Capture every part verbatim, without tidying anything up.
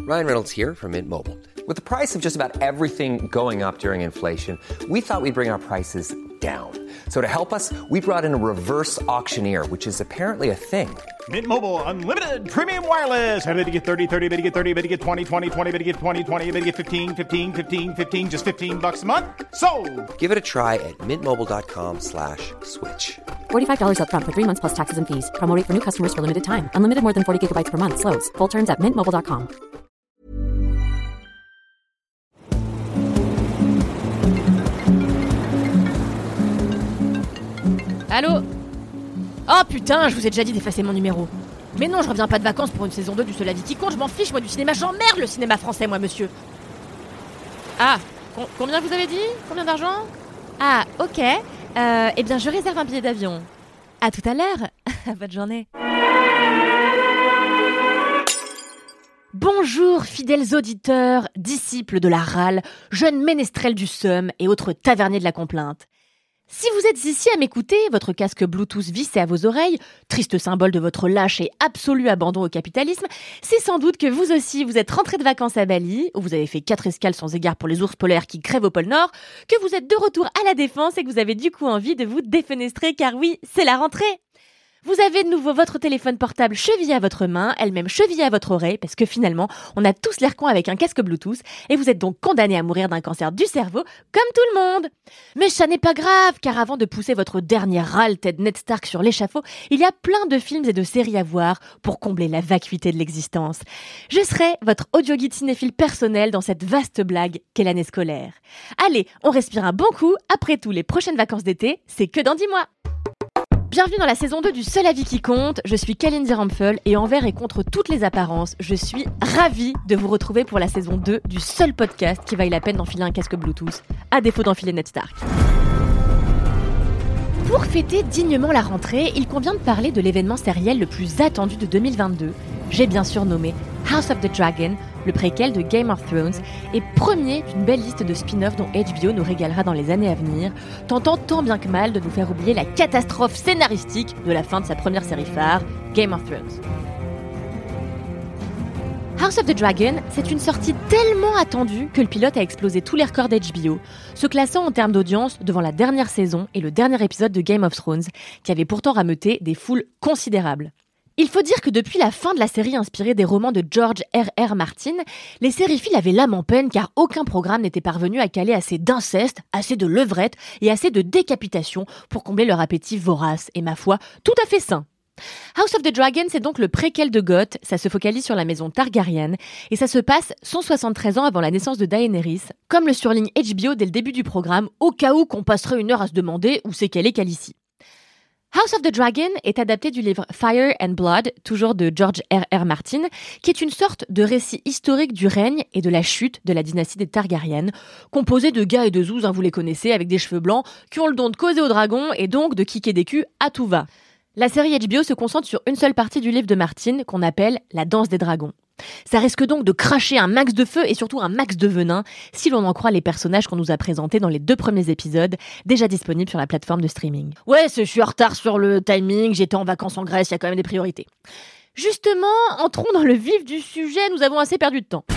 Ryan Reynolds here from Mint Mobile. With the price of just about everything going up during inflation, we thought we'd bring our prices down. So to help us, we brought in a reverse auctioneer, which is apparently a thing. Mint Mobile Unlimited Premium Wireless. How to get thirty, thirty, how to get thirty, how to get twenty, twenty, twenty, how to get twenty, twenty, how to get fifteen, fifteen, fifteen, fifteen, just fifteen bucks a month? Sold! Give it a try at mintmobile.com slash switch. forty-five dollars up front for three months plus taxes and fees. Promo rate for new customers for limited time. Unlimited more than forty gigabytes per month. Slows full terms at mint mobile dot com. Allô ? Oh putain, je vous ai déjà dit d'effacer mon numéro. Mais non, je reviens pas de vacances pour une saison deux du Cela dit qui compte, je m'en fiche moi du cinéma, j'emmerde le cinéma français moi monsieur. Ah, com- combien vous avez dit ? Combien d'argent ? Ah, ok. Euh, eh bien je réserve un billet d'avion. À tout à l'heure. Bonne journée. Bonjour fidèles auditeurs, disciples de la râle, jeunes ménestrels du seum et autres taverniers de la complainte. Si vous êtes ici à m'écouter, votre casque Bluetooth vissé à vos oreilles, triste symbole de votre lâche et absolu abandon au capitalisme, c'est sans doute que vous aussi vous êtes rentré de vacances à Bali, où vous avez fait quatre escales sans égard pour les ours polaires qui crèvent au pôle Nord, que vous êtes de retour à la Défense et que vous avez du coup envie de vous défenestrer car oui, c'est la rentrée. Vous avez de nouveau votre téléphone portable chevillé à votre main, elle-même chevillée à votre oreille, parce que finalement, on a tous l'air cons avec un casque Bluetooth, et vous êtes donc condamnés à mourir d'un cancer du cerveau, comme tout le monde. Mais ça n'est pas grave, car avant de pousser votre dernier râle tête Ned Stark sur l'échafaud, il y a plein de films et de séries à voir pour combler la vacuité de l'existence. Je serai votre audio-guide cinéphile personnel dans cette vaste blague qu'est l'année scolaire. Allez, on respire un bon coup, après tout, les prochaines vacances d'été, c'est que dans dix mois. Bienvenue dans la saison deux du Seul avis qui compte, je suis Kalindi Rampfel et envers et contre toutes les apparences, je suis ravie de vous retrouver pour la saison deux du seul podcast qui vaille la peine d'enfiler un casque Bluetooth, à défaut d'enfiler Ned Stark. Pour fêter dignement la rentrée, il convient de parler de l'événement sériel le plus attendu de deux mille vingt-deux. J'ai bien sûr nommé House of the Dragon, le préquel de Game of Thrones, et premier d'une belle liste de spin-offs dont H B O nous régalera dans les années à venir, tentant tant bien que mal de nous faire oublier la catastrophe scénaristique de la fin de sa première série phare, Game of Thrones. House of the Dragon, c'est une sortie tellement attendue que le pilote a explosé tous les records d'H B O, se classant en termes d'audience devant la dernière saison et le dernier épisode de Game of Thrones, qui avait pourtant rameuté des foules considérables. Il faut dire que depuis la fin de la série inspirée des romans de George R R. Martin, les sériphiles avaient l'âme en peine car aucun programme n'était parvenu à caler assez d'inceste, assez de levrette et assez de décapitation pour combler leur appétit vorace et, ma foi, tout à fait sain. House of the Dragon, c'est donc le préquel de Goth, ça se focalise sur la maison Targaryen, et ça se passe cent soixante-treize ans avant la naissance de Daenerys, comme le surligne H B O dès le début du programme, au cas où qu'on passerait une heure à se demander où c'est qu'elle est Khaleesi. House of the Dragon est adapté du livre Fire and Blood, toujours de George R R. Martin, qui est une sorte de récit historique du règne et de la chute de la dynastie des Targaryen, composé de gars et de zouzes, hein, vous les connaissez, avec des cheveux blancs, qui ont le don de causer aux dragons et donc de kicker des culs à tout va. La série H B O se concentre sur une seule partie du livre de Martin, qu'on appelle la danse des dragons. Ça risque donc de cracher un max de feu et surtout un max de venin, si l'on en croit les personnages qu'on nous a présentés dans les deux premiers épisodes, déjà disponibles sur la plateforme de streaming. Ouais, je suis en retard sur le timing, j'étais en vacances en Grèce, il y a quand même des priorités. Justement, entrons dans le vif du sujet, nous avons assez perdu de temps.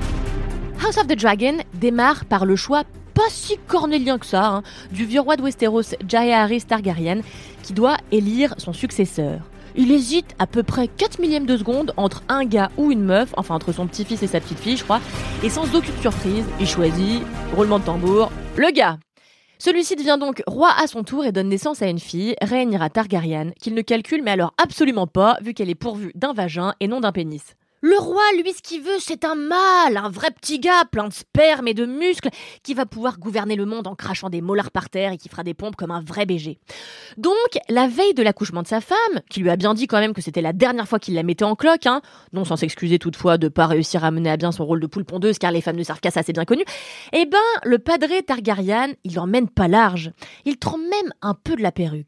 House of the Dragon démarre par le choix pas si cornélien que ça, hein, du vieux roi de Westeros, Jaehaerys Targaryen, qui doit élire son successeur. Il hésite à peu près quatre millièmes de seconde entre un gars ou une meuf, enfin entre son petit-fils et sa petite-fille, je crois, et sans aucune surprise, il choisit, roulement de tambour, le gars. Celui-ci devient donc roi à son tour et donne naissance à une fille, Rhaenyra Targaryen, qu'il ne calcule mais alors absolument pas, vu qu'elle est pourvue d'un vagin et non d'un pénis. Le roi, lui, ce qu'il veut, c'est un mâle, un vrai petit gars, plein de sperme et de muscles, qui va pouvoir gouverner le monde en crachant des molars par terre et qui fera des pompes comme un vrai B G. Donc, la veille de l'accouchement de sa femme, qui lui a bien dit quand même que c'était la dernière fois qu'il la mettait en cloque, hein, non sans s'excuser toutefois de pas réussir à mener à bien son rôle de poule pondeuse, car les femmes ne servent qu'à ça, c'est bien connu, eh ben, le padré Targaryen, il emmène pas large. Il trempe même un peu de la perruque.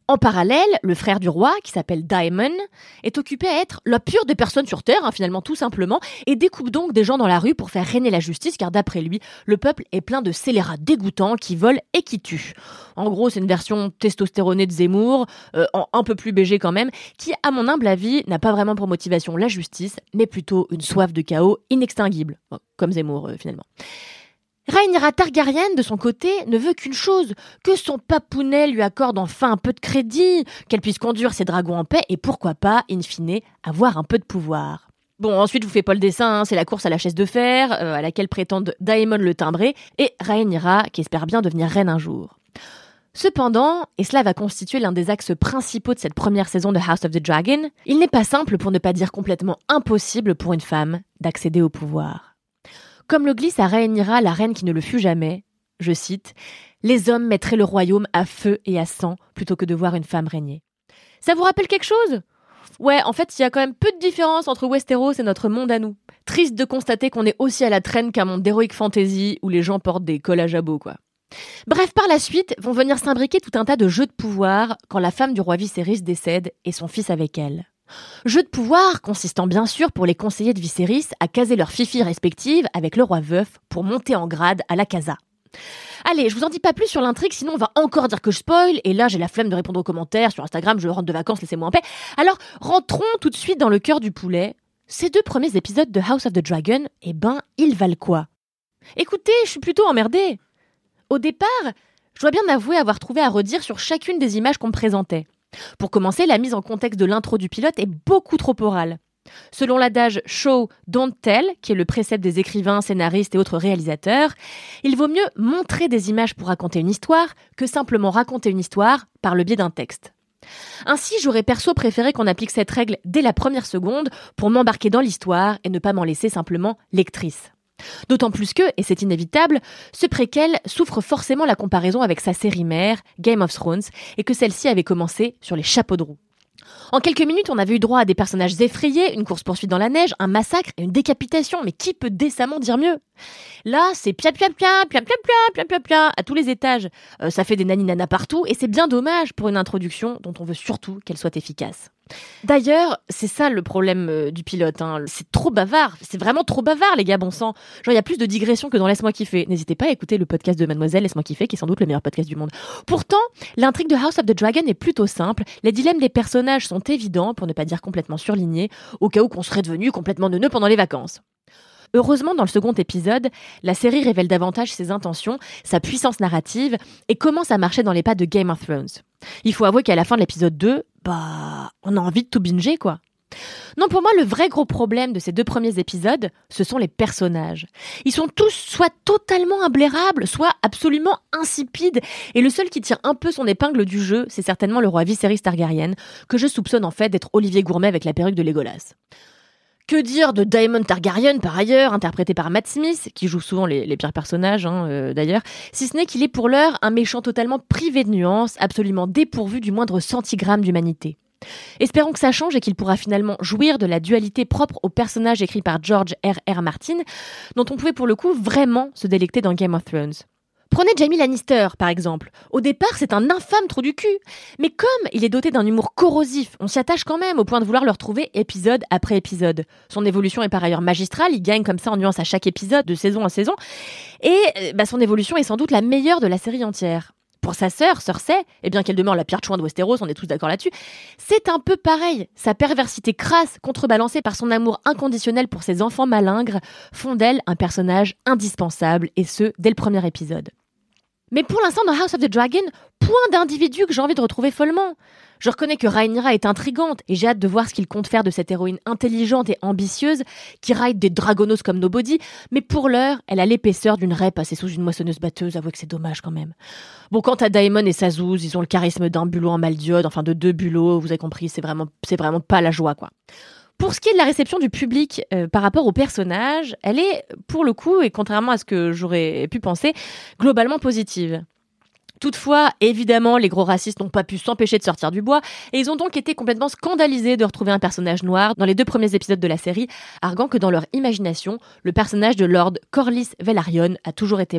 En parallèle, le frère du roi, qui s'appelle Daemon, est occupé à être la pire des personnes sur Terre, hein, finalement tout simplement, et découpe donc des gens dans la rue pour faire régner la justice, car d'après lui, le peuple est plein de scélérats dégoûtants qui volent et qui tuent. En gros, c'est une version testostéronée de Zemmour, euh, un peu plus B G quand même, qui, à mon humble avis, n'a pas vraiment pour motivation la justice, mais plutôt une soif de chaos inextinguible, bon, comme Zemmour euh, finalement. Rhaenyra Targaryen, de son côté, ne veut qu'une chose, que son papounet lui accorde enfin un peu de crédit, qu'elle puisse conduire ses dragons en paix et pourquoi pas, in fine, avoir un peu de pouvoir. Bon, ensuite, je vous fais pas le dessin, hein, c'est la course à la chaise de fer, euh, à laquelle prétendent Daemon le timbré, et Rhaenyra, qui espère bien devenir reine un jour. Cependant, et cela va constituer l'un des axes principaux de cette première saison de House of the Dragon, il n'est pas simple, pour ne pas dire complètement impossible pour une femme, d'accéder au pouvoir. Comme le glisse à Rhaenyra, la reine qui ne le fut jamais, je cite, « Les hommes mettraient le royaume à feu et à sang plutôt que de voir une femme régner. » Ça vous rappelle quelque chose ? Ouais, en fait, il y a quand même peu de différence entre Westeros et notre monde à nous. Triste de constater qu'on est aussi à la traîne qu'un monde d'heroic fantasy où les gens portent des cols à jabot, quoi. Bref, par la suite, vont venir s'imbriquer tout un tas de jeux de pouvoir quand la femme du roi Viserys décède et son fils avec elle. Jeu de pouvoir consistant bien sûr pour les conseillers de Viserys à caser leurs fifis respectives avec le roi veuf pour monter en grade à la casa. Allez, je vous en dis pas plus sur l'intrigue, sinon on va encore dire que je spoil, et là j'ai la flemme de répondre aux commentaires sur Instagram, je rentre de vacances, laissez-moi en paix. Alors, rentrons tout de suite dans le cœur du poulet. Ces deux premiers épisodes de House of the Dragon, eh ben, ils valent quoi ? Écoutez, je suis plutôt emmerdée. Au départ, je dois bien avouer avoir trouvé à redire sur chacune des images qu'on me présentait. Pour commencer, la mise en contexte de l'intro du pilote est beaucoup trop orale. Selon l'adage « show, don't tell », qui est le précepte des écrivains, scénaristes et autres réalisateurs, il vaut mieux montrer des images pour raconter une histoire que simplement raconter une histoire par le biais d'un texte. Ainsi, j'aurais perso préféré qu'on applique cette règle dès la première seconde pour m'embarquer dans l'histoire et ne pas m'en laisser simplement lectrice. D'autant plus que, et c'est inévitable, ce préquel souffre forcément la comparaison avec sa série mère, Game of Thrones, et que celle-ci avait commencé sur les chapeaux de roue. En quelques minutes, on avait eu droit à des personnages effrayés, une course-poursuite dans la neige, un massacre et une décapitation, mais qui peut décemment dire mieux ? Là, c'est pia pia pia, pia pia pia, pia pia pia, à tous les étages. Euh, ça fait des naninana partout, et c'est bien dommage pour une introduction dont on veut surtout qu'elle soit efficace. D'ailleurs, c'est ça le problème euh, du pilote, hein. C'est trop bavard, c'est vraiment trop bavard les gars, bon sang. Genre il y a plus de digressions que dans Laisse-moi kiffer. N'hésitez pas à écouter le podcast de Mademoiselle Laisse-moi kiffer, qui est sans doute le meilleur podcast du monde. Pourtant, l'intrigue de House of the Dragon est plutôt simple, les dilemmes des personnages sont évidents, pour ne pas dire complètement surlignés, au cas où qu'on serait devenu complètement neuneux pendant les vacances. Heureusement, dans le second épisode, la série révèle davantage ses intentions, sa puissance narrative, et commence à marcher dans les pas de Game of Thrones. Il faut avouer qu'à la fin de l'épisode deux, bah, on a envie de tout binger, quoi. Non, pour moi, le vrai gros problème de ces deux premiers épisodes, ce sont les personnages. Ils sont tous soit totalement imblairables, soit absolument insipides, et le seul qui tire un peu son épingle du jeu, c'est certainement le roi Viserys Targaryen, que je soupçonne en fait d'être Olivier Gourmet avec la perruque de Legolas. Que dire de Daemon Targaryen, par ailleurs, interprété par Matt Smith, qui joue souvent les, les pires personnages, hein, euh, d'ailleurs, si ce n'est qu'il est pour l'heure un méchant totalement privé de nuances, absolument dépourvu du moindre centigramme d'humanité. Espérons que ça change et qu'il pourra finalement jouir de la dualité propre au personnage écrit par George R R. Martin, dont on pouvait pour le coup vraiment se délecter dans Game of Thrones. Prenez Jaime Lannister, par exemple. Au départ, c'est un infâme trou du cul. Mais comme il est doté d'un humour corrosif, on s'y attache quand même au point de vouloir le retrouver épisode après épisode. Son évolution est par ailleurs magistrale, il gagne comme ça en nuance à chaque épisode, de saison en saison. Et bah, son évolution est sans doute la meilleure de la série entière. Pour sa sœur, Cersei, et bien qu'elle demeure la pire chouin de Westeros, on est tous d'accord là-dessus, c'est un peu pareil. Sa perversité crasse, contrebalancée par son amour inconditionnel pour ses enfants malingres, font d'elle un personnage indispensable, et ce, dès le premier épisode. Mais pour l'instant, dans House of the Dragon, point d'individu que j'ai envie de retrouver follement. Je reconnais que Rhaenyra est intrigante et j'ai hâte de voir ce qu'il compte faire de cette héroïne intelligente et ambitieuse qui ride des dragonos comme nobody, mais pour l'heure, elle a l'épaisseur d'une raie passée sous une moissonneuse batteuse, avouez que c'est dommage quand même. Bon, quant à Daemon et sa zouze, ils ont le charisme d'un bulot en maldiode, enfin de deux bulots, vous avez compris, c'est vraiment, c'est vraiment pas la joie, quoi. Pour ce qui est de la réception du public euh, par rapport au personnage, elle est, pour le coup, et contrairement à ce que j'aurais pu penser, globalement positive. Toutefois, évidemment, les gros racistes n'ont pas pu s'empêcher de sortir du bois, et ils ont donc été complètement scandalisés de retrouver un personnage noir dans les deux premiers épisodes de la série, arguant que dans leur imagination, le personnage de Lord Corlys Velaryon a toujours été blanc.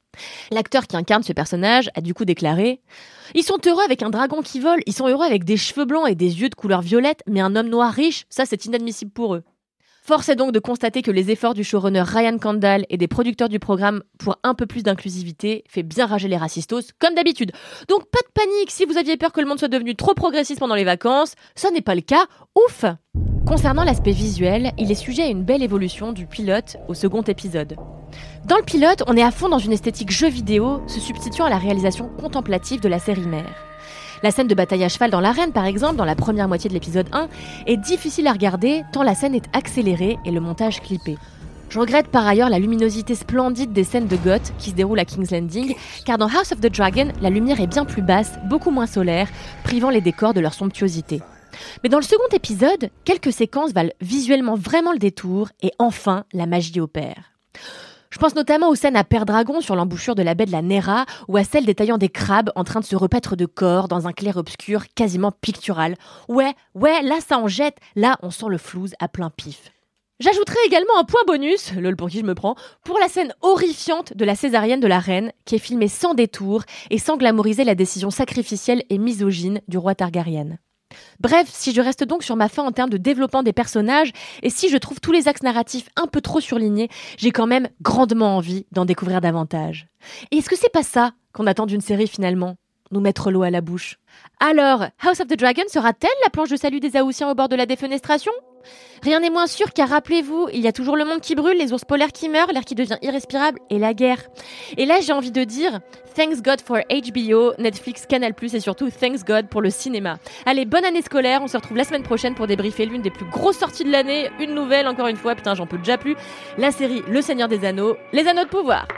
L'acteur qui incarne ce personnage a du coup déclaré « Ils sont heureux avec un dragon qui vole, ils sont heureux avec des cheveux blancs et des yeux de couleur violette, mais un homme noir riche, ça c'est inadmissible pour eux. » Force est donc de constater que les efforts du showrunner Ryan Condal et des producteurs du programme pour un peu plus d'inclusivité fait bien rager les racistos, comme d'habitude. Donc pas de panique, si vous aviez peur que le monde soit devenu trop progressiste pendant les vacances, ça n'est pas le cas, ouf! Concernant l'aspect visuel, il est sujet à une belle évolution du pilote au second épisode. Dans le pilote, on est à fond dans une esthétique jeu vidéo, se substituant à la réalisation contemplative de la série mère. La scène de bataille à cheval dans l'arène, par exemple, dans la première moitié de l'épisode un, est difficile à regarder tant la scène est accélérée et le montage clippé. Je regrette par ailleurs la luminosité splendide des scènes de Goth qui se déroulent à King's Landing, car dans House of the Dragon, la lumière est bien plus basse, beaucoup moins solaire, privant les décors de leur somptuosité. Mais dans le second épisode, quelques séquences valent visuellement vraiment le détour et enfin la magie opère. Je pense notamment aux scènes à Père Dragon sur l'embouchure de la baie de la Nera ou à celles détaillant des crabes en train de se repaître de corps dans un clair-obscur quasiment pictural. Ouais, ouais, là ça en jette, là on sent le flouze à plein pif. J'ajouterai également un point bonus, lol pour qui je me prends, pour la scène horrifiante de la césarienne de la reine qui est filmée sans détour et sans glamouriser la décision sacrificielle et misogyne du roi Targaryen. Bref, si je reste donc sur ma faim en termes de développement des personnages, et si je trouve tous les axes narratifs un peu trop surlignés, j'ai quand même grandement envie d'en découvrir davantage. Et est-ce que c'est pas ça qu'on attend d'une série finalement ? Nous mettre l'eau à la bouche. Alors, House of the Dragon sera-t-elle la planche de salut des Haussiens au bord de la défenestration ? Rien n'est moins sûr car rappelez-vous, il y a toujours le monde qui brûle, les ours polaires qui meurent, l'air qui devient irrespirable et la guerre. Et là j'ai envie de dire, thanks God for H B O, Netflix, Canal plus, et surtout thanks God pour le cinéma. Allez, bonne année scolaire, on se retrouve la semaine prochaine pour débriefer l'une des plus grosses sorties de l'année, une nouvelle encore une fois, putain j'en peux déjà plus, la série Le Seigneur des Anneaux, les Anneaux de pouvoir.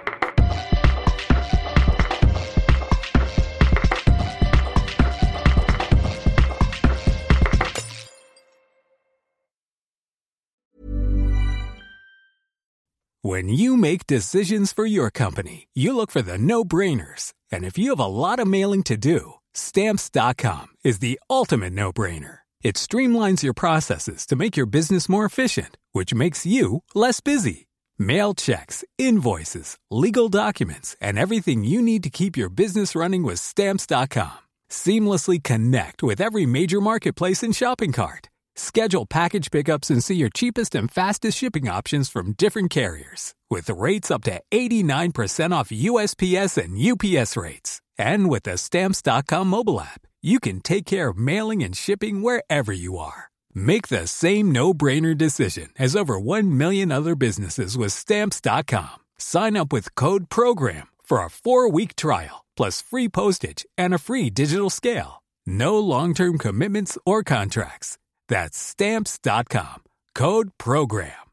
When you make decisions for your company, you look for the no-brainers. And if you have a lot of mailing to do, Stamps dot com is the ultimate no-brainer. It streamlines your processes to make your business more efficient, which makes you less busy. Mail checks, invoices, legal documents, and everything you need to keep your business running with Stamps dot com. Seamlessly connect with every major marketplace and shopping cart. Schedule package pickups and see your cheapest and fastest shipping options from different carriers. With rates up to eighty-nine percent off U S P S and U P S rates. And with the Stamps dot com mobile app, you can take care of mailing and shipping wherever you are. Make the same no-brainer decision as over one million other businesses with Stamps dot com. Sign up with code PROGRAM for a four-week trial, plus free postage and a free digital scale. No long-term commitments or contracts. That's Stamps dot com. Code PROGRAM.